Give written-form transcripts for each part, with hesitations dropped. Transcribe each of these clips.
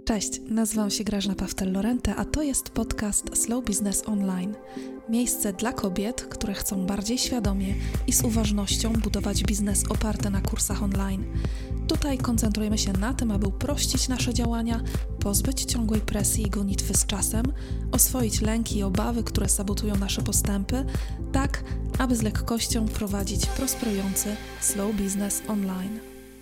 Cześć, nazywam się Grażyna Pawtel-Lorente, a to jest podcast Slow Business Online. Miejsce dla kobiet, które chcą bardziej świadomie i z uważnością budować biznes oparty na kursach online. Tutaj koncentrujemy się na tym, aby uprościć nasze działania, pozbyć ciągłej presji i gonitwy z czasem, oswoić lęki i obawy, które sabotują nasze postępy, tak aby z lekkością prowadzić prosperujący Slow Business Online.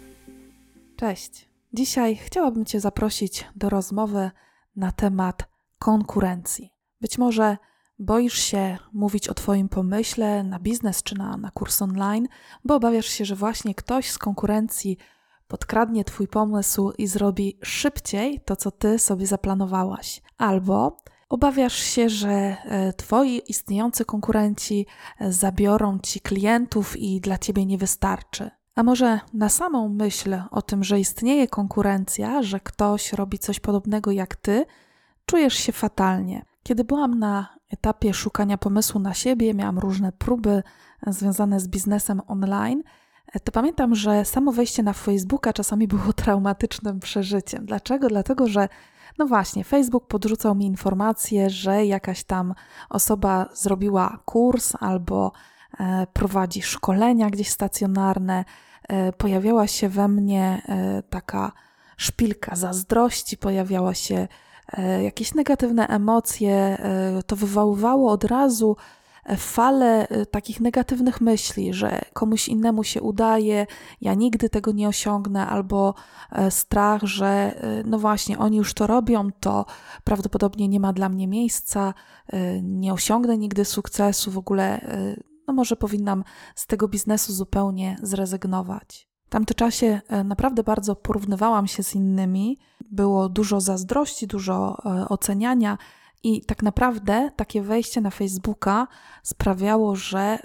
Cześć! Dzisiaj chciałabym Cię zaprosić do rozmowy na temat konkurencji. Być może boisz się mówić o Twoim pomyśle na biznes czy na kurs online, bo obawiasz się, że właśnie ktoś z konkurencji podkradnie Twój pomysł i zrobi szybciej to, co Ty sobie zaplanowałaś. Albo obawiasz się, że Twoi istniejący konkurenci zabiorą Ci klientów i dla Ciebie nie wystarczy. A może na samą myśl o tym, że istnieje konkurencja, że ktoś robi coś podobnego jak Ty, czujesz się fatalnie. Kiedy byłam na etapie szukania pomysłu na siebie, miałam różne próby związane z biznesem online, to pamiętam, że samo wejście na Facebooka czasami było traumatycznym przeżyciem. Dlaczego? Dlatego, że Facebook podrzucał mi informację, że jakaś tam osoba zrobiła kurs albo prowadzi szkolenia gdzieś stacjonarne. Pojawiała się we mnie taka szpilka zazdrości, pojawiały się jakieś negatywne emocje. To wywoływało od razu falę takich negatywnych myśli, że komuś innemu się udaje, ja nigdy tego nie osiągnę, albo strach, że oni już to robią, to prawdopodobnie nie ma dla mnie miejsca, nie osiągnę nigdy sukcesu, w ogóle może powinnam z tego biznesu zupełnie zrezygnować. W tamtym czasie naprawdę bardzo porównywałam się z innymi, było dużo zazdrości, dużo oceniania i tak naprawdę takie wejście na Facebooka sprawiało, że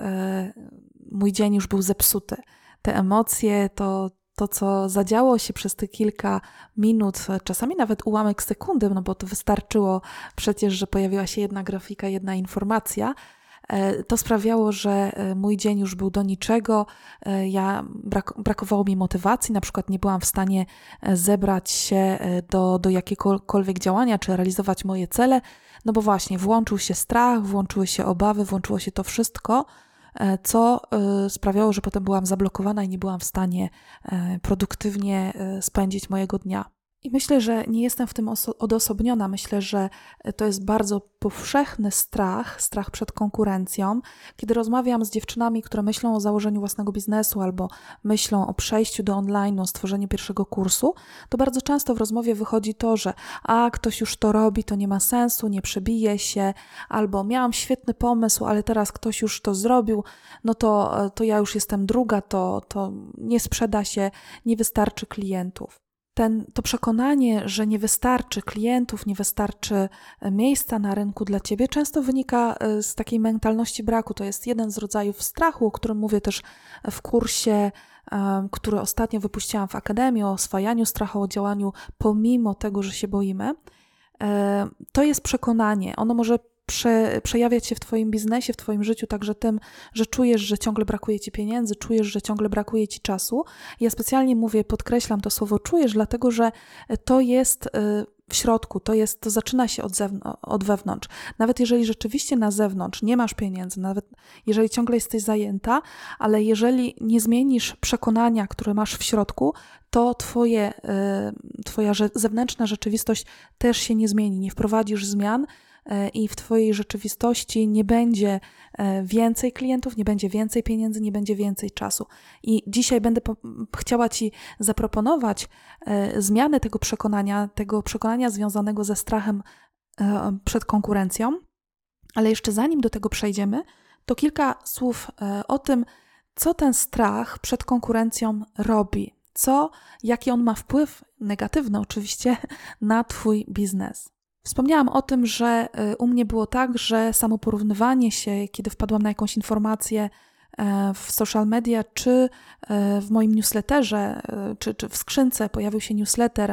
mój dzień już był zepsuty. Te emocje, to co zadziało się przez te kilka minut, czasami nawet ułamek sekundy, bo to wystarczyło przecież, że pojawiła się jedna grafika, jedna informacja, to sprawiało, że mój dzień już był do niczego, brakowało mi motywacji, na przykład nie byłam w stanie zebrać się do jakiegokolwiek działania, czy realizować moje cele, bo właśnie włączył się strach, włączyły się obawy, włączyło się to wszystko, co sprawiało, że potem byłam zablokowana i nie byłam w stanie produktywnie spędzić mojego dnia. I myślę, że nie jestem w tym odosobniona. Myślę, że to jest bardzo powszechny strach przed konkurencją. Kiedy rozmawiam z dziewczynami, które myślą o założeniu własnego biznesu albo myślą o przejściu do online, o stworzeniu pierwszego kursu, to bardzo często w rozmowie wychodzi to, że ktoś już to robi, to nie ma sensu, nie przebije się, albo miałam świetny pomysł, ale teraz ktoś już to zrobił, to ja już jestem druga, to nie sprzeda się, nie wystarczy klientów. To przekonanie, że nie wystarczy klientów, nie wystarczy miejsca na rynku dla Ciebie, często wynika z takiej mentalności braku. To jest jeden z rodzajów strachu, o którym mówię też w kursie, który ostatnio wypuściłam w Akademii, o oswajaniu strachu, o działaniu pomimo tego, że się boimy. To jest przekonanie. Ono może przejawiać się w Twoim biznesie, w Twoim życiu także tym, że czujesz, że ciągle brakuje Ci pieniędzy, czujesz, że ciągle brakuje Ci czasu. Ja specjalnie podkreślam to słowo czujesz, dlatego że to jest w środku, to zaczyna się od wewnątrz. Nawet jeżeli rzeczywiście na zewnątrz nie masz pieniędzy, nawet jeżeli ciągle jesteś zajęta, ale jeżeli nie zmienisz przekonania, które masz w środku, to Twoja zewnętrzna rzeczywistość też się nie zmieni, nie wprowadzisz zmian, i w Twojej rzeczywistości nie będzie więcej klientów, nie będzie więcej pieniędzy, nie będzie więcej czasu. I dzisiaj będę chciała Ci zaproponować zmianę tego przekonania związanego ze strachem przed konkurencją, ale jeszcze zanim do tego przejdziemy, to kilka słów o tym, co ten strach przed konkurencją robi, jaki on ma wpływ, negatywny oczywiście, na Twój biznes. Wspomniałam o tym, że u mnie było tak, że samo porównywanie się, kiedy wpadłam na jakąś informację w social media, czy w moim newsletterze, czy w skrzynce pojawił się newsletter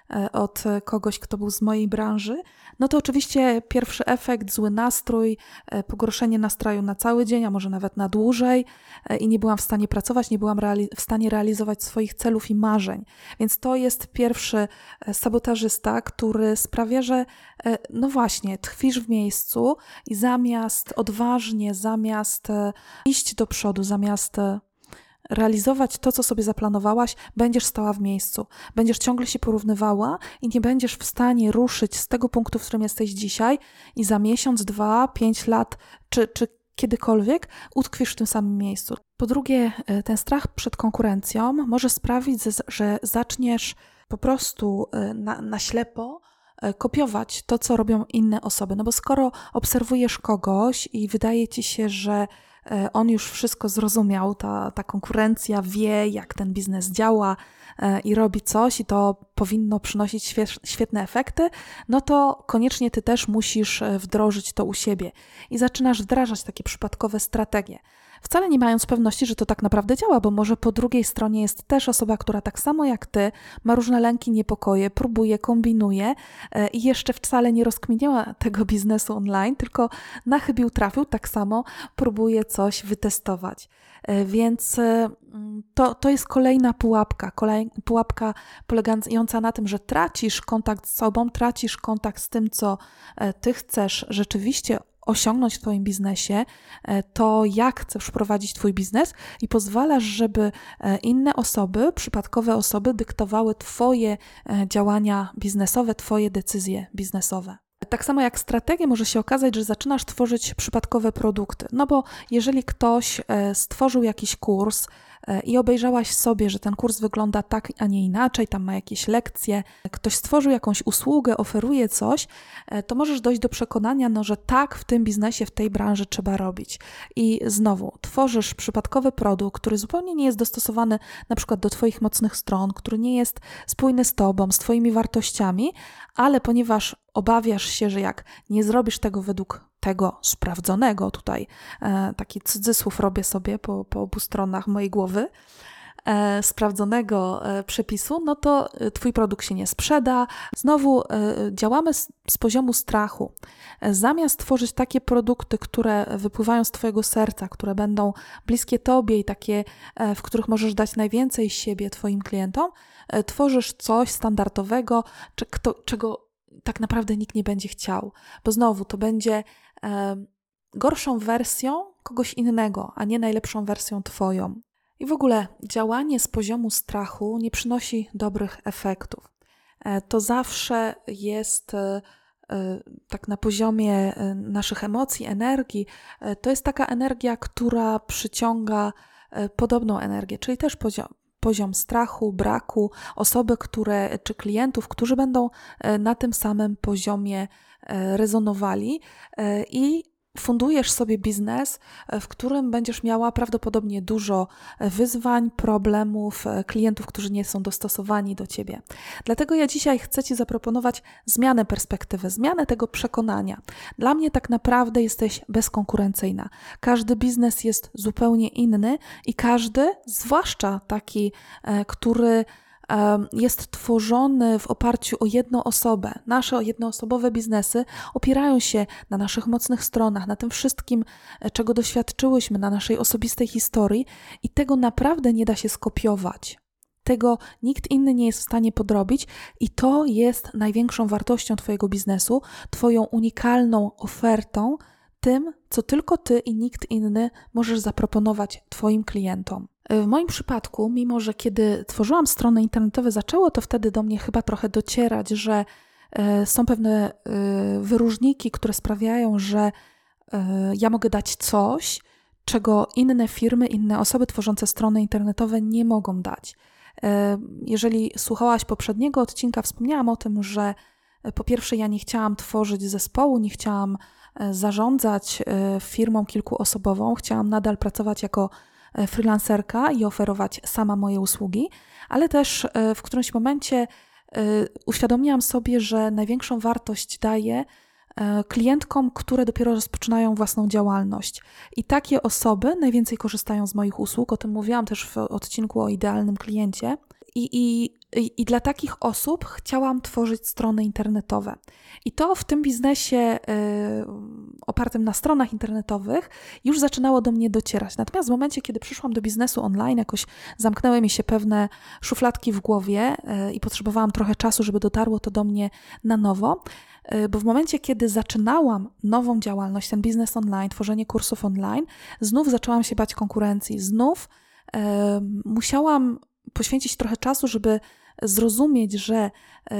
od kogoś, kto był z mojej branży, no to oczywiście pierwszy efekt, zły nastrój, pogorszenie nastroju na cały dzień, a może nawet na dłużej i nie byłam w stanie pracować, nie byłam w stanie realizować swoich celów i marzeń. Więc to jest pierwszy sabotażysta, który sprawia, że no właśnie, tkwisz w miejscu i zamiast odważnie, zamiast iść do przodu, zamiast realizować to, co sobie zaplanowałaś, będziesz stała w miejscu. Będziesz ciągle się porównywała i nie będziesz w stanie ruszyć z tego punktu, w którym jesteś dzisiaj i za miesiąc, 2, 5 lat czy kiedykolwiek utkwisz w tym samym miejscu. Po drugie, ten strach przed konkurencją może sprawić, że zaczniesz po prostu na ślepo kopiować to, co robią inne osoby. No bo skoro obserwujesz kogoś i wydaje ci się, że on już wszystko zrozumiał, ta konkurencja wie, jak ten biznes działa i robi coś i to powinno przynosić świetne efekty, no to koniecznie ty też musisz wdrożyć to u siebie i zaczynasz wdrażać takie przypadkowe strategie. Wcale nie mając pewności, że to tak naprawdę działa, bo może po drugiej stronie jest też osoba, która tak samo jak ty ma różne lęki, niepokoje, próbuje, kombinuje i jeszcze wcale nie rozkminiała tego biznesu online, tylko na chybił trafił, tak samo próbuje coś wytestować. Więc to jest kolejna pułapka. Pułapka polegająca na tym, że tracisz kontakt z sobą, tracisz kontakt z tym, co ty chcesz rzeczywiście osiągnąć w twoim biznesie, to jak chcesz prowadzić twój biznes i pozwalasz, żeby inne osoby, przypadkowe osoby dyktowały twoje działania biznesowe, twoje decyzje biznesowe. Tak samo jak strategię może się okazać, że zaczynasz tworzyć przypadkowe produkty. No bo jeżeli ktoś stworzył jakiś kurs i obejrzałaś sobie, że ten kurs wygląda tak, a nie inaczej, tam ma jakieś lekcje, ktoś stworzył jakąś usługę, oferuje coś, to możesz dojść do przekonania, no, że tak w tym biznesie, w tej branży trzeba robić. I znowu tworzysz przypadkowy produkt, który zupełnie nie jest dostosowany na przykład do twoich mocnych stron, który nie jest spójny z tobą, z twoimi wartościami, ale ponieważ obawiasz się, że jak nie zrobisz tego według tego sprawdzonego, tutaj taki cudzysłów robię sobie po obu stronach mojej głowy, sprawdzonego przepisu, no to twój produkt się nie sprzeda. Znowu działamy z poziomu strachu. Zamiast tworzyć takie produkty, które wypływają z twojego serca, które będą bliskie tobie i takie, w których możesz dać najwięcej siebie twoim klientom, tworzysz coś standardowego, czego tak naprawdę nikt nie będzie chciał, bo znowu to będzie gorszą wersją kogoś innego, a nie najlepszą wersją twoją. I w ogóle działanie z poziomu strachu nie przynosi dobrych efektów. To zawsze jest tak na poziomie naszych emocji, energii. To jest taka energia, która przyciąga podobną energię, czyli też poziom strachu, braku, osoby, czy klientów, którzy będą na tym samym poziomie rezonowali i fundujesz sobie biznes, w którym będziesz miała prawdopodobnie dużo wyzwań, problemów, klientów, którzy nie są dostosowani do ciebie. Dlatego ja dzisiaj chcę ci zaproponować zmianę perspektywy, zmianę tego przekonania. Dla mnie tak naprawdę jesteś bezkonkurencyjna. Każdy biznes jest zupełnie inny i każdy, zwłaszcza taki, który jest tworzony w oparciu o jedną osobę. Nasze jednoosobowe biznesy opierają się na naszych mocnych stronach, na tym wszystkim, czego doświadczyłyśmy, na naszej osobistej historii i tego naprawdę nie da się skopiować. Tego nikt inny nie jest w stanie podrobić i to jest największą wartością twojego biznesu, twoją unikalną ofertą, tym, co tylko ty i nikt inny możesz zaproponować twoim klientom. W moim przypadku, mimo że kiedy tworzyłam strony internetowe, zaczęło to wtedy do mnie chyba trochę docierać, że są pewne wyróżniki, które sprawiają, że ja mogę dać coś, czego inne firmy, inne osoby tworzące strony internetowe nie mogą dać. Jeżeli słuchałaś poprzedniego odcinka, wspomniałam o tym, że po pierwsze ja nie chciałam tworzyć zespołu, nie chciałam zarządzać firmą kilkuosobową, chciałam nadal pracować jako freelancerka i oferować sama moje usługi, ale też w którymś momencie uświadomiłam sobie, że największą wartość daję klientkom, które dopiero rozpoczynają własną działalność. I takie osoby najwięcej korzystają z moich usług, o tym mówiłam też w odcinku o idealnym kliencie. I dla takich osób chciałam tworzyć strony internetowe. I to w tym biznesie opartym na stronach internetowych już zaczynało do mnie docierać. Natomiast w momencie, kiedy przyszłam do biznesu online, jakoś zamknęły mi się pewne szufladki w głowie i potrzebowałam trochę czasu, żeby dotarło to do mnie na nowo, bo w momencie, kiedy zaczynałam nową działalność, ten biznes online, tworzenie kursów online, znów zaczęłam się bać konkurencji. Znów musiałam poświęcić trochę czasu, żeby zrozumieć, że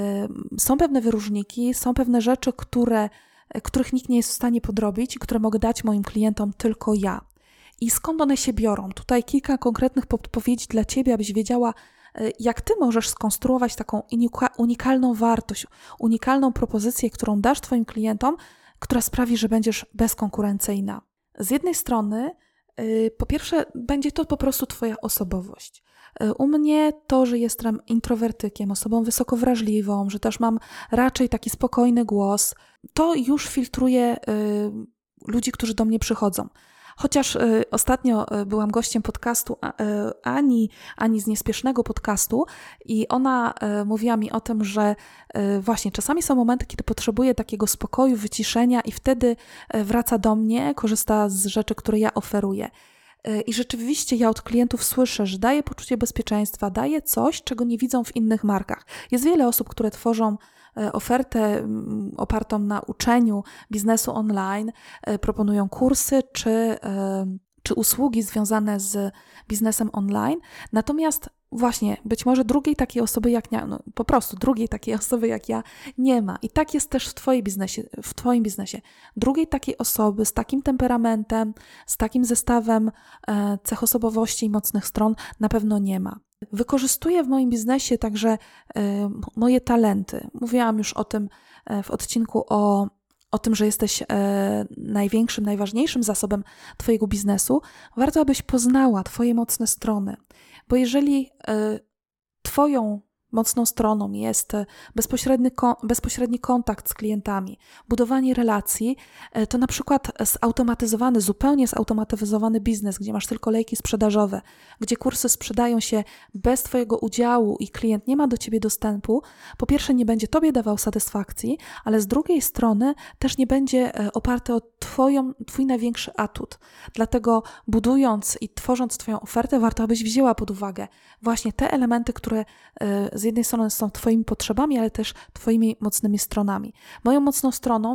są pewne wyróżniki, są pewne rzeczy, których nikt nie jest w stanie podrobić i które mogę dać moim klientom tylko ja. I skąd one się biorą? Tutaj kilka konkretnych podpowiedzi dla Ciebie, abyś wiedziała, jak Ty możesz skonstruować taką unikalną wartość, unikalną propozycję, którą dasz Twoim klientom, która sprawi, że będziesz bezkonkurencyjna. Z jednej strony, po pierwsze, będzie to po prostu Twoja osobowość. U mnie to, że jestem introwertykiem, osobą wysoko wrażliwą, że też mam raczej taki spokojny głos, to już filtruje ludzi, którzy do mnie przychodzą. Chociaż ostatnio byłam gościem podcastu Ani z Niespiesznego podcastu i ona mówiła mi o tym, że właśnie czasami są momenty, kiedy potrzebuje takiego spokoju, wyciszenia i wtedy wraca do mnie, korzysta z rzeczy, które ja oferuję. I rzeczywiście ja od klientów słyszę, że daję poczucie bezpieczeństwa, daję coś, czego nie widzą w innych markach. Jest wiele osób, które tworzą ofertę opartą na uczeniu biznesu online, proponują kursy czy usługi związane z biznesem online. Natomiast właśnie być może drugiej takiej osoby jak ja, po prostu drugiej takiej osoby jak ja nie ma. I tak jest też w Twoim biznesie. Drugiej takiej osoby z takim temperamentem, z takim zestawem cech osobowości i mocnych stron na pewno nie ma. Wykorzystuję w moim biznesie także moje talenty. Mówiłam już o tym w odcinku o tym, że jesteś największym, najważniejszym zasobem Twojego biznesu. Warto, abyś poznała Twoje mocne strony, bo jeżeli Twoją mocną stroną jest bezpośredni kontakt z klientami, budowanie relacji, to na przykład zupełnie zautomatyzowany biznes, gdzie masz tylko lejki sprzedażowe, gdzie kursy sprzedają się bez Twojego udziału i klient nie ma do Ciebie dostępu, po pierwsze nie będzie Tobie dawał satysfakcji, ale z drugiej strony też nie będzie oparty o Twój największy atut. Dlatego budując i tworząc Twoją ofertę, warto abyś wzięła pod uwagę właśnie te elementy, które z jednej strony są Twoimi potrzebami, ale też Twoimi mocnymi stronami. Moją mocną stroną,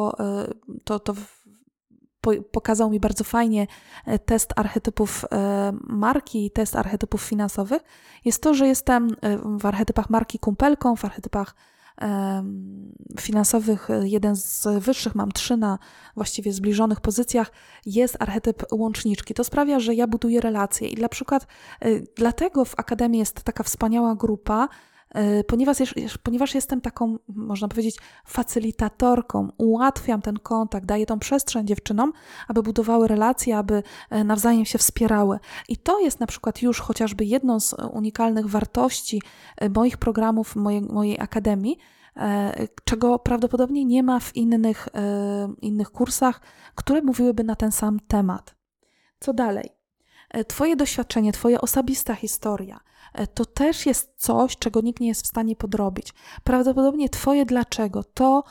pokazał mi bardzo fajnie test archetypów marki i test archetypów finansowych, jest to, że jestem w archetypach marki kumpelką, w archetypach finansowych jeden z wyższych, mam 3 na właściwie zbliżonych pozycjach, jest archetyp łączniczki. To sprawia, że ja buduję relacje i na przykład dlatego w Akademii jest taka wspaniała grupa, ponieważ jestem taką, można powiedzieć, facylitatorką, ułatwiam ten kontakt, daję tą przestrzeń dziewczynom, aby budowały relacje, aby nawzajem się wspierały. I to jest na przykład już chociażby jedną z unikalnych wartości moich programów, mojej Akademii, czego prawdopodobnie nie ma w innych kursach, które mówiłyby na ten sam temat. Co dalej? Twoje doświadczenie, Twoja osobista historia, to też jest coś, czego nikt nie jest w stanie podrobić. Prawdopodobnie Twoje dlaczego,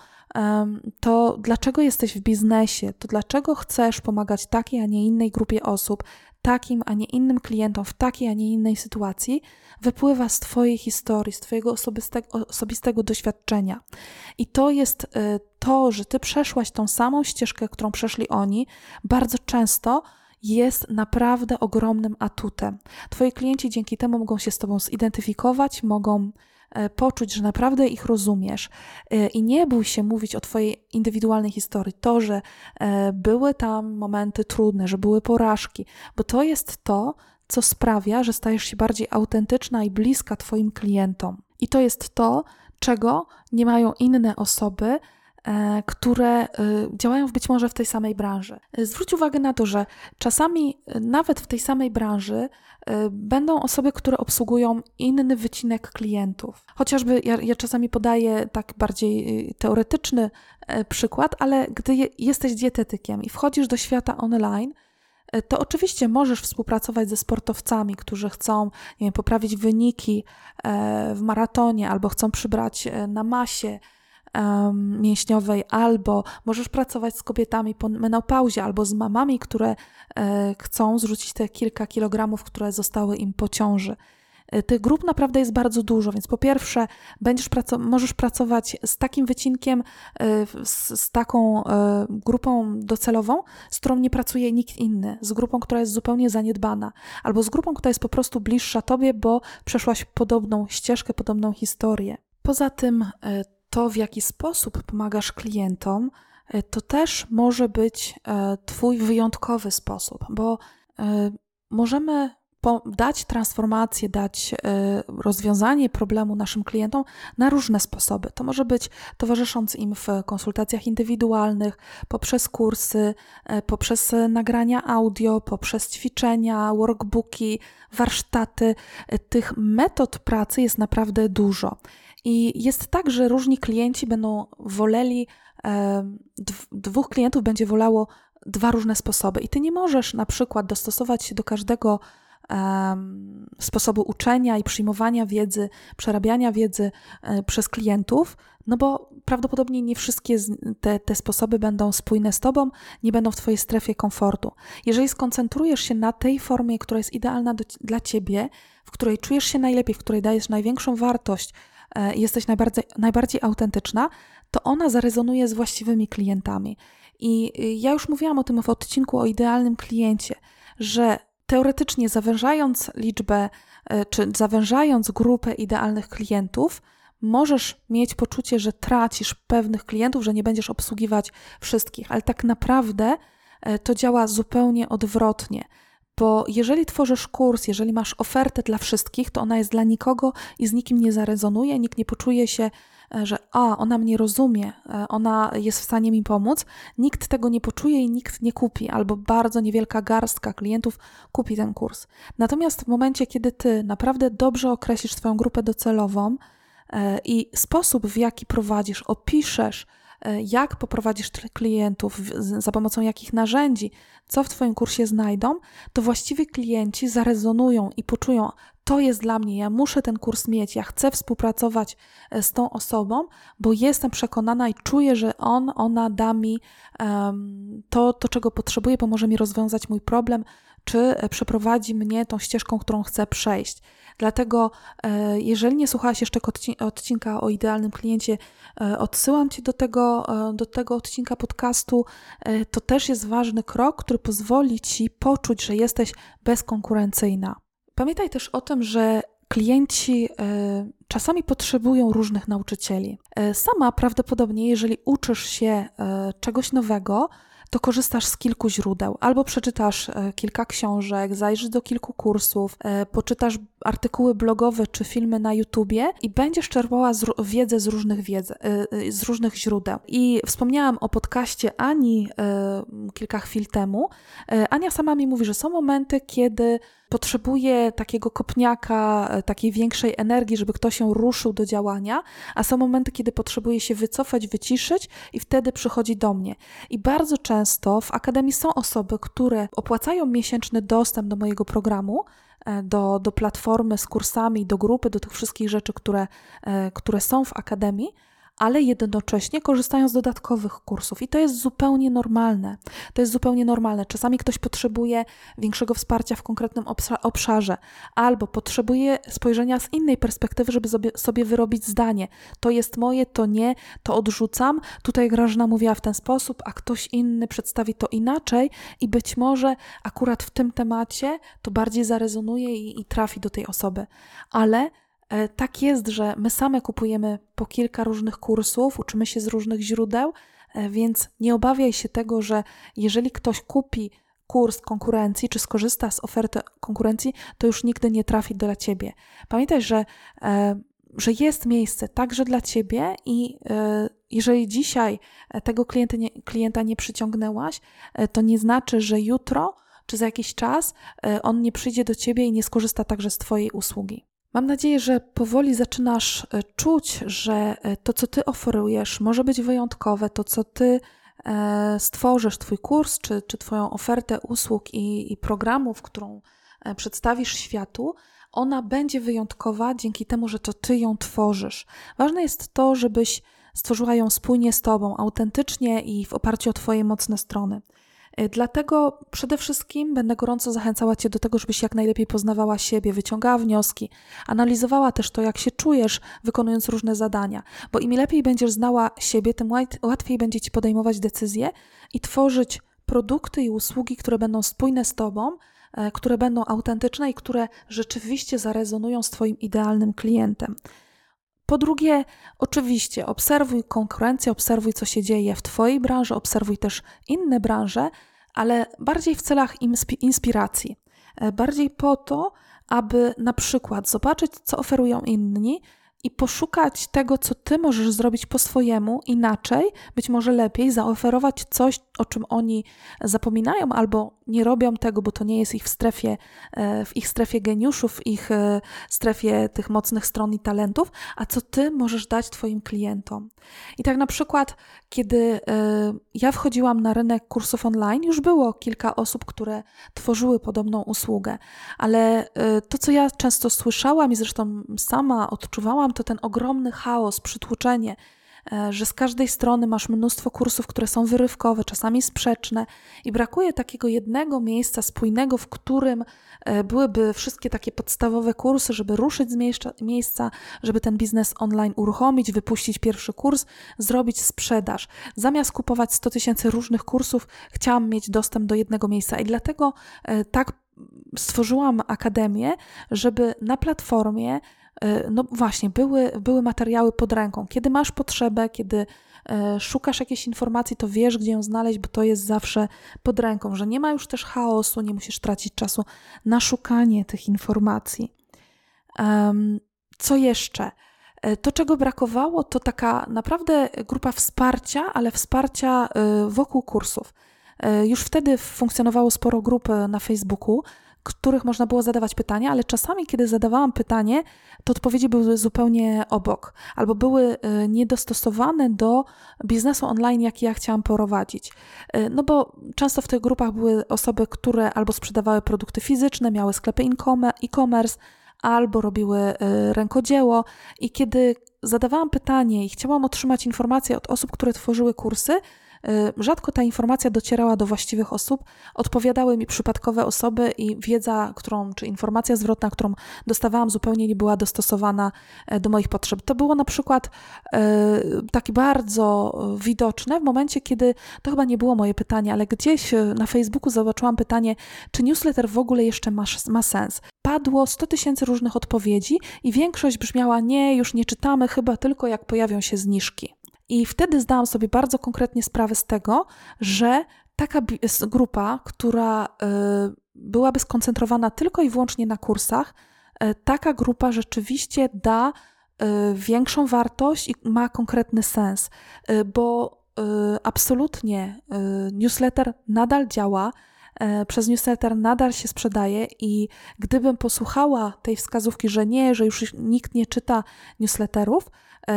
to dlaczego jesteś w biznesie, to dlaczego chcesz pomagać takiej, a nie innej grupie osób, takim, a nie innym klientom, w takiej, a nie innej sytuacji, wypływa z Twojej historii, z Twojego osobistego doświadczenia. I to jest to, że Ty przeszłaś tą samą ścieżkę, którą przeszli oni, bardzo często jest naprawdę ogromnym atutem. Twoi klienci dzięki temu mogą się z Tobą zidentyfikować, mogą poczuć, że naprawdę ich rozumiesz i nie bój się mówić o Twojej indywidualnej historii. To, że były tam momenty trudne, że były porażki, bo to jest to, co sprawia, że stajesz się bardziej autentyczna i bliska Twoim klientom. I to jest to, czego nie mają inne osoby, które działają być może w tej samej branży. Zwróć uwagę na to, że czasami nawet w tej samej branży będą osoby, które obsługują inny wycinek klientów. Chociażby ja czasami podaję tak bardziej teoretyczny przykład, ale gdy jesteś dietetykiem i wchodzisz do świata online, to oczywiście możesz współpracować ze sportowcami, którzy chcą, poprawić wyniki w maratonie albo chcą przybrać na masie mięśniowej, albo możesz pracować z kobietami po menopauzie, albo z mamami, które chcą zrzucić te kilka kilogramów, które zostały im po ciąży. Tych grup naprawdę jest bardzo dużo, więc po pierwsze możesz pracować z takim wycinkiem, z taką grupą docelową, z którą nie pracuje nikt inny, z grupą, która jest zupełnie zaniedbana, albo z grupą, która jest po prostu bliższa tobie, bo przeszłaś podobną ścieżkę, podobną historię. Poza tym to, w jaki sposób pomagasz klientom, to też może być twój wyjątkowy sposób, bo możemy dać transformację, dać rozwiązanie problemu naszym klientom na różne sposoby. To może być towarzysząc im w konsultacjach indywidualnych, poprzez kursy, poprzez nagrania audio, poprzez ćwiczenia, workbooki, warsztaty. Tych metod pracy jest naprawdę dużo. I jest tak, że różni klienci będą woleli, dwóch klientów będzie wolało dwa różne sposoby. I ty nie możesz na przykład dostosować się do każdego sposobu uczenia i przyjmowania wiedzy, przerabiania wiedzy przez klientów, no bo prawdopodobnie nie wszystkie te sposoby będą spójne z tobą, nie będą w twojej strefie komfortu. Jeżeli skoncentrujesz się na tej formie, która jest idealna dla ciebie, w której czujesz się najlepiej, w której dajesz największą wartość, jesteś najbardziej autentyczna, to ona zarezonuje z właściwymi klientami. I ja już mówiłam o tym w odcinku o idealnym kliencie, że teoretycznie zawężając liczbę, czy zawężając grupę idealnych klientów, możesz mieć poczucie, że tracisz pewnych klientów, że nie będziesz obsługiwać wszystkich, ale tak naprawdę to działa zupełnie odwrotnie. Bo jeżeli tworzysz kurs, jeżeli masz ofertę dla wszystkich, to ona jest dla nikogo i z nikim nie zarezonuje, nikt nie poczuje się, że ona mnie rozumie, ona jest w stanie mi pomóc. Nikt tego nie poczuje i nikt nie kupi, albo bardzo niewielka garstka klientów kupi ten kurs. Natomiast w momencie, kiedy ty naprawdę dobrze określisz swoją grupę docelową i sposób, w jaki prowadzisz, opiszesz, jak poprowadzisz klientów, za pomocą jakich narzędzi, co w twoim kursie znajdą, to właściwi klienci zarezonują i poczują, to jest dla mnie, ja muszę ten kurs mieć, ja chcę współpracować z tą osobą, bo jestem przekonana i czuję, że ona da mi to, czego potrzebuję, pomoże mi rozwiązać mój problem, czy przeprowadzi mnie tą ścieżką, którą chcę przejść. Dlatego, jeżeli nie słuchałaś jeszcze odcinka o idealnym kliencie, odsyłam Cię do tego odcinka podcastu. To też jest ważny krok, który pozwoli Ci poczuć, że jesteś bezkonkurencyjna. Pamiętaj też o tym, że klienci czasami potrzebują różnych nauczycieli. Sama prawdopodobnie, jeżeli uczysz się czegoś nowego, to korzystasz z kilku źródeł. Albo przeczytasz kilka książek, zajrzysz do kilku kursów, poczytasz artykuły blogowe czy filmy na YouTubie i będziesz czerpała wiedzę z różnych źródeł. I wspomniałam o podcaście Ani kilka chwil temu. Ania sama mi mówi, że są momenty, kiedy potrzebuje takiego kopniaka, takiej większej energii, żeby ktoś ją ruszył do działania, a są momenty, kiedy potrzebuje się wycofać, wyciszyć i wtedy przychodzi do mnie. I bardzo często w Akademii są osoby, które opłacają miesięczny dostęp do mojego programu, do platformy z kursami, do grupy, do tych wszystkich rzeczy, które są w Akademii, ale jednocześnie korzystają z dodatkowych kursów i to jest zupełnie normalne. To jest zupełnie normalne. Czasami ktoś potrzebuje większego wsparcia w konkretnym obszarze albo potrzebuje spojrzenia z innej perspektywy, żeby sobie wyrobić zdanie. To jest moje, to nie, to odrzucam. Tutaj Grażyna mówiła w ten sposób, a ktoś inny przedstawi to inaczej i być może akurat w tym temacie to bardziej zarezonuje i trafi do tej osoby. Ale tak jest, że my same kupujemy po kilka różnych kursów, uczymy się z różnych źródeł, więc nie obawiaj się tego, że jeżeli ktoś kupi kurs konkurencji, czy skorzysta z oferty konkurencji, to już nigdy nie trafi dla ciebie. Pamiętaj, że jest miejsce także dla ciebie i jeżeli dzisiaj tego klienta nie przyciągnęłaś, to nie znaczy, że jutro czy za jakiś czas on nie przyjdzie do ciebie i nie skorzysta także z twojej usługi. Mam nadzieję, że powoli zaczynasz czuć, że to, co ty oferujesz, może być wyjątkowe, to, co ty stworzysz Twój kurs, czy Twoją ofertę usług i programów, którą przedstawisz światu, ona będzie wyjątkowa dzięki temu, że to Ty ją tworzysz. Ważne jest to, żebyś stworzyła ją spójnie z Tobą, autentycznie i w oparciu o Twoje mocne strony. Dlatego przede wszystkim będę gorąco zachęcała Cię do tego, żebyś jak najlepiej poznawała siebie, wyciągała wnioski, analizowała też to, jak się czujesz, wykonując różne zadania, bo im lepiej będziesz znała siebie, tym łatwiej będzie Ci podejmować decyzje i tworzyć produkty i usługi, które będą spójne z Tobą, które będą autentyczne i które rzeczywiście zarezonują z Twoim idealnym klientem. Po drugie, oczywiście obserwuj konkurencję, obserwuj, co się dzieje w Twojej branży, obserwuj też inne branże, ale bardziej w celach inspiracji. Bardziej po to, aby na przykład zobaczyć, co oferują inni i poszukać tego, co Ty możesz zrobić po swojemu, inaczej, być może lepiej, zaoferować coś, o czym oni zapominają albo nie robią tego, bo to nie jest w ich strefie geniuszów, w ich strefie tych mocnych stron i talentów, a co Ty możesz dać Twoim klientom. I tak na przykład, kiedy ja wchodziłam na rynek kursów online, już było kilka osób, które tworzyły podobną usługę, ale to, co ja często słyszałam i zresztą sama odczuwałam, to ten ogromny chaos, przytłoczenie, że z każdej strony masz mnóstwo kursów, które są wyrywkowe, czasami sprzeczne i brakuje takiego jednego miejsca spójnego, w którym byłyby wszystkie takie podstawowe kursy, żeby ruszyć z miejsca, żeby ten biznes online uruchomić, wypuścić pierwszy kurs, zrobić sprzedaż. Zamiast kupować 100 000 różnych kursów, chciałam mieć dostęp do jednego miejsca i dlatego tak stworzyłam akademię, żeby na platformie no właśnie, były materiały pod ręką. Kiedy masz potrzebę, kiedy szukasz jakiejś informacji, to wiesz, gdzie ją znaleźć, bo to jest zawsze pod ręką, że nie ma już też chaosu, nie musisz tracić czasu na szukanie tych informacji. Co jeszcze? To, czego brakowało, to taka naprawdę grupa wsparcia, ale wsparcia wokół kursów. Już wtedy funkcjonowało sporo grup na Facebooku, których można było zadawać pytania, ale czasami, kiedy zadawałam pytanie, to odpowiedzi były zupełnie obok, albo były niedostosowane do biznesu online, jaki ja chciałam prowadzić. No bo często w tych grupach były osoby, które albo sprzedawały produkty fizyczne, miały sklepy e-commerce, albo robiły rękodzieło i kiedy zadawałam pytanie i chciałam otrzymać informacje od osób, które tworzyły kursy, rzadko ta informacja docierała do właściwych osób, odpowiadały mi przypadkowe osoby i wiedza, czy informacja zwrotna, którą dostawałam, zupełnie nie była dostosowana do moich potrzeb. To było na przykład takie bardzo widoczne w momencie, kiedy, to chyba nie było moje pytanie, ale gdzieś na Facebooku zobaczyłam pytanie, czy newsletter w ogóle jeszcze ma sens. Padło 100 000 różnych odpowiedzi i większość brzmiała: nie, już nie czytamy, chyba tylko jak pojawią się zniżki. I wtedy zdałam sobie bardzo konkretnie sprawę z tego, że taka grupa, która byłaby skoncentrowana tylko i wyłącznie na kursach, taka grupa rzeczywiście da większą wartość i ma konkretny sens, bo absolutnie newsletter nadal działa, przez newsletter nadal się sprzedaje i gdybym posłuchała tej wskazówki, że nie, że już nikt nie czyta newsletterów,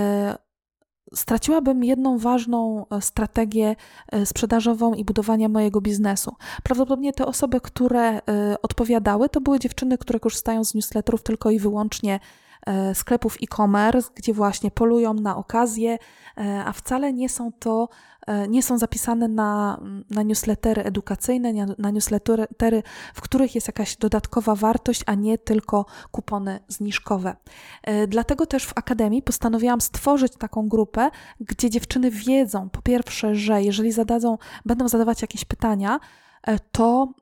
straciłabym jedną ważną strategię sprzedażową i budowania mojego biznesu. Prawdopodobnie te osoby, które odpowiadały, to były dziewczyny, które korzystają z newsletterów tylko i wyłącznie sklepów e-commerce, gdzie właśnie polują na okazje, a wcale nie są zapisane na newslettery edukacyjne, na newslettery, w których jest jakaś dodatkowa wartość, a nie tylko kupony zniżkowe. Dlatego też w Akademii postanowiłam stworzyć taką grupę, gdzie dziewczyny wiedzą, po pierwsze, że jeżeli będą zadawać jakieś pytania, to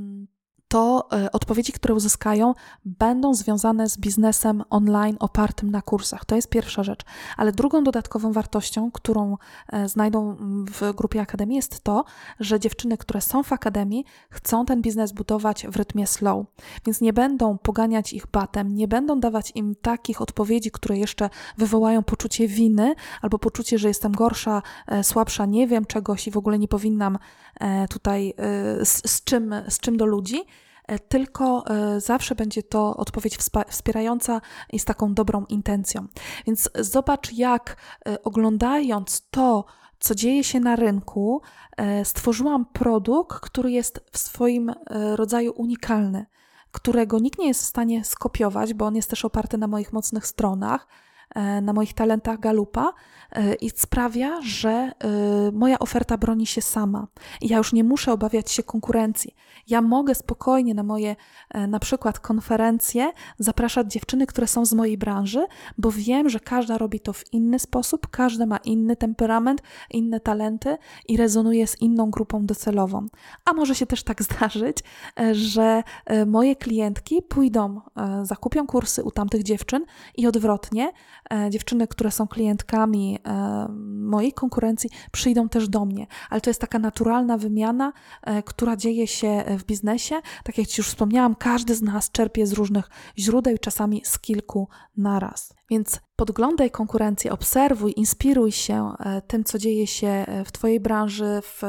odpowiedzi, które uzyskają, będą związane z biznesem online opartym na kursach. To jest pierwsza rzecz. Ale drugą dodatkową wartością, którą znajdą w grupie Akademii, jest to, że dziewczyny, które są w Akademii, chcą ten biznes budować w rytmie slow. Więc nie będą poganiać ich batem, nie będą dawać im takich odpowiedzi, które jeszcze wywołają poczucie winy albo poczucie, że jestem gorsza, słabsza, nie wiem czegoś i w ogóle nie powinnam tutaj z czym do ludzi. tylko zawsze będzie to odpowiedź wspierająca i z taką dobrą intencją. Więc zobacz, jak oglądając to, co dzieje się na rynku, stworzyłam produkt, który jest w swoim rodzaju unikalny, którego nikt nie jest w stanie skopiować, bo on jest też oparty na moich mocnych stronach, na moich talentach Galupa i sprawia, że moja oferta broni się sama. I ja już nie muszę obawiać się konkurencji. Ja mogę spokojnie na moje na przykład konferencje zapraszać dziewczyny, które są z mojej branży, bo wiem, że każda robi to w inny sposób, każda ma inny temperament, inne talenty i rezonuje z inną grupą docelową. A może się też tak zdarzyć, że moje klientki pójdą, zakupią kursy u tamtych dziewczyn i odwrotnie, dziewczyny, które są klientkami mojej konkurencji, przyjdą też do mnie. Ale to jest taka naturalna wymiana, która dzieje się w biznesie. Tak jak Ci już wspomniałam, każdy z nas czerpie z różnych źródeł i czasami z kilku naraz. Więc podglądaj konkurencję, obserwuj, inspiruj się tym, co dzieje się w Twojej branży, w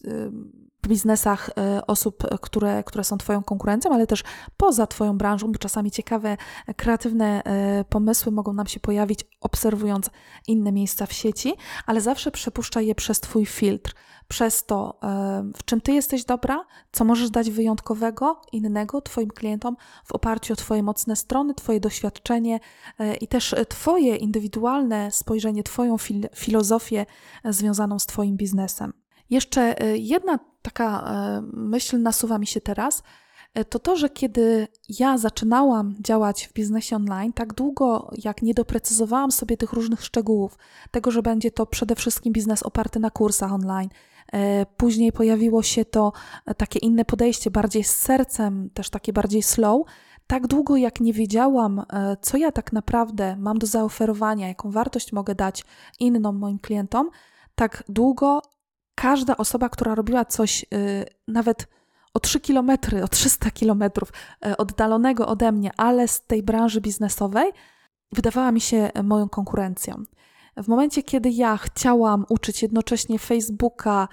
biznesach osób, które są Twoją konkurencją, ale też poza Twoją branżą, bo czasami ciekawe, kreatywne pomysły mogą nam się pojawić, obserwując inne miejsca w sieci, ale zawsze przepuszczaj je przez Twój filtr, przez to, w czym Ty jesteś dobra, co możesz dać wyjątkowego, innego Twoim klientom w oparciu o Twoje mocne strony, Twoje doświadczenie i też Twoje indywidualne spojrzenie, Twoją filozofię związaną z Twoim biznesem. Jeszcze jedna taka myśl nasuwa mi się teraz, to, że kiedy ja zaczynałam działać w biznesie online, tak długo jak nie doprecyzowałam sobie tych różnych szczegółów, tego, że będzie to przede wszystkim biznes oparty na kursach online, później pojawiło się to takie inne podejście, bardziej z sercem, też takie bardziej slow, tak długo jak nie wiedziałam, co ja tak naprawdę mam do zaoferowania, jaką wartość mogę dać innym moim klientom, tak długo każda osoba, która robiła coś nawet o 3 kilometry, o 300 kilometrów oddalonego ode mnie, ale z tej branży biznesowej, wydawała mi się moją konkurencją. W momencie, kiedy ja chciałam uczyć jednocześnie Facebooka,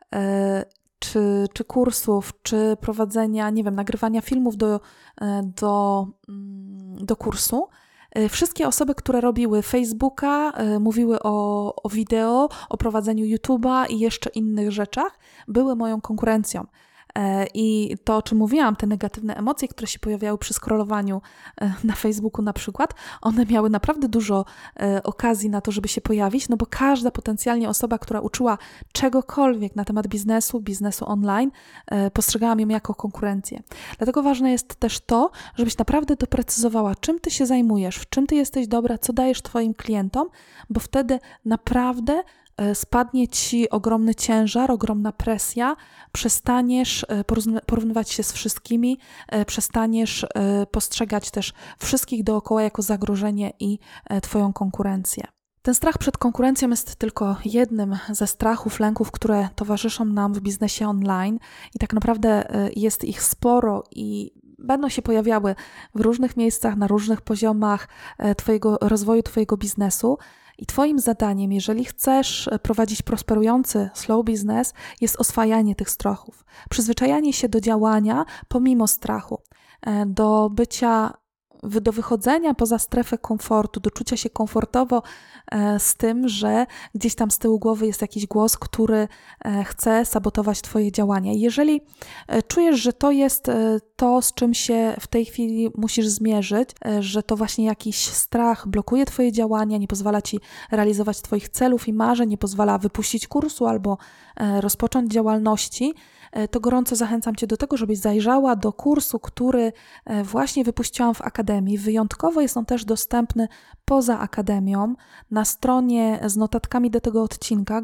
czy kursów, czy prowadzenia, nagrywania filmów do kursu, wszystkie osoby, które robiły Facebooka, mówiły o wideo, o prowadzeniu YouTube'a i jeszcze innych rzeczach, były moją konkurencją. I to, o czym mówiłam, te negatywne emocje, które się pojawiały przy scrollowaniu na Facebooku na przykład, one miały naprawdę dużo okazji na to, żeby się pojawić, no bo każda potencjalnie osoba, która uczyła czegokolwiek na temat biznesu online, postrzegałam ją jako konkurencję. Dlatego ważne jest też to, żebyś naprawdę doprecyzowała, czym Ty się zajmujesz, w czym Ty jesteś dobra, co dajesz Twoim klientom, bo wtedy naprawdę spadnie Ci ogromny ciężar, ogromna presja, przestaniesz porównywać się z wszystkimi, przestaniesz postrzegać też wszystkich dookoła jako zagrożenie i Twoją konkurencję. Ten strach przed konkurencją jest tylko jednym ze strachów, lęków, które towarzyszą nam w biznesie online i tak naprawdę jest ich sporo i będą się pojawiały w różnych miejscach, na różnych poziomach rozwoju Twojego biznesu. I Twoim zadaniem, jeżeli chcesz prowadzić prosperujący slow biznes, jest oswajanie tych strachów, przyzwyczajanie się do działania pomimo strachu, do wychodzenia poza strefę komfortu, do czucia się komfortowo z tym, że gdzieś tam z tyłu głowy jest jakiś głos, który chce sabotować Twoje działania. Jeżeli czujesz, że to jest to, z czym się w tej chwili musisz zmierzyć, że to właśnie jakiś strach blokuje Twoje działania, nie pozwala Ci realizować Twoich celów i marzeń, nie pozwala wypuścić kursu albo rozpocząć działalności, to gorąco zachęcam Cię do tego, żebyś zajrzała do kursu, który właśnie wypuściłam w Akademii. Wyjątkowo jest on też dostępny poza Akademią. Na stronie z notatkami do tego odcinka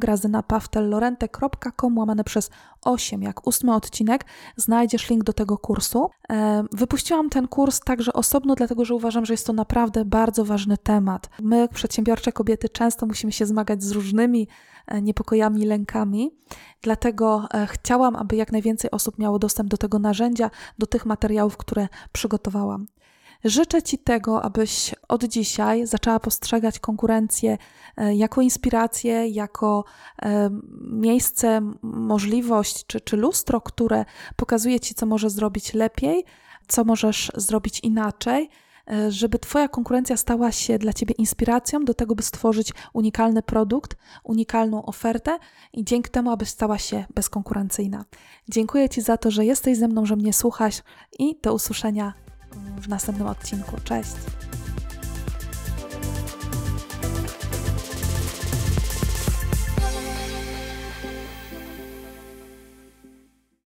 grazynapawtellorente.com/8, jak 8 odcinek, znajdziesz link do tego kursu. Wypuściłam ten kurs także osobno, dlatego że uważam, że jest to naprawdę bardzo ważny temat. My, przedsiębiorcze kobiety, często musimy się zmagać z różnymi niepokojami, lękami. Dlatego chciałam, aby jak najwięcej osób miało dostęp do tego narzędzia, do tych materiałów, które przygotowałam. Życzę Ci tego, abyś od dzisiaj zaczęła postrzegać konkurencję jako inspirację, jako miejsce, możliwość czy lustro, które pokazuje Ci, co możesz zrobić lepiej, co możesz zrobić inaczej, żeby Twoja konkurencja stała się dla Ciebie inspiracją do tego, by stworzyć unikalny produkt, unikalną ofertę i dzięki temu, abyś stała się bezkonkurencyjna. Dziękuję Ci za to, że jesteś ze mną, że mnie słuchasz i do usłyszenia w następnym odcinku. Cześć!